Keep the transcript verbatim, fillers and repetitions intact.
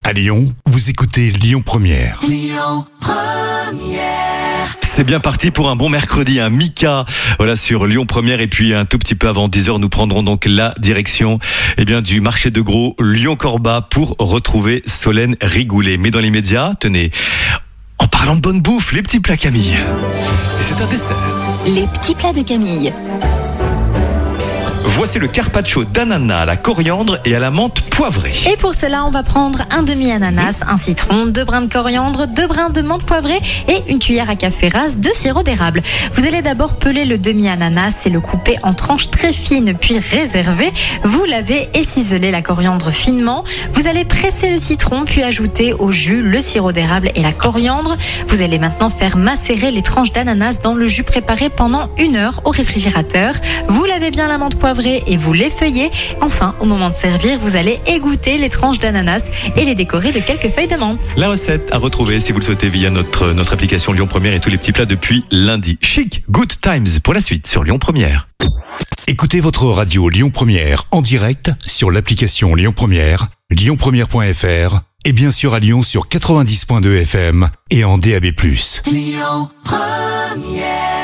À Lyon, vous écoutez Lyon Première. Lyon Première. C'est bien parti pour un bon mercredi, un Mika, voilà, sur Lyon Première. Et puis un tout petit peu avant dix heures, nous prendrons donc la direction eh bien, du marché de gros Lyon-Corba pour retrouver Solène Rigoulet. Mais dans l'immédiat, tenez, en parlant de bonne bouffe, les petits plats Camille. Et c'est un dessert. Les petits plats de Camille. Voici le carpaccio d'ananas à la coriandre et à la menthe poivrée. Et pour cela, on va prendre un demi-ananas, un citron, deux brins de coriandre, deux brins de menthe poivrée et une cuillère à café rase de sirop d'érable. Vous allez d'abord peler le demi-ananas et le couper en tranches très fines, puis réserver. Vous lavez et ciselez la coriandre finement. Vous allez presser le citron, puis ajouter au jus le sirop d'érable et la coriandre. Vous allez maintenant faire macérer les tranches d'ananas dans le jus préparé pendant une heure au réfrigérateur. Vous lavez bien la menthe poivrée et vous l'effeuillez. Enfin, au moment de servir, vous allez égoutter les tranches d'ananas et les décorer de quelques feuilles de menthe. La recette à retrouver si vous le souhaitez via notre, notre application Lyon Première et tous les petits plats depuis lundi. Chic, Good Times pour la suite sur Lyon Première. Écoutez votre radio Lyon Première en direct sur l'application Lyon Première, lyon première point f r et bien sûr à Lyon sur quatre-vingt-dix point deux F M et en D A B plus. Lyon Première.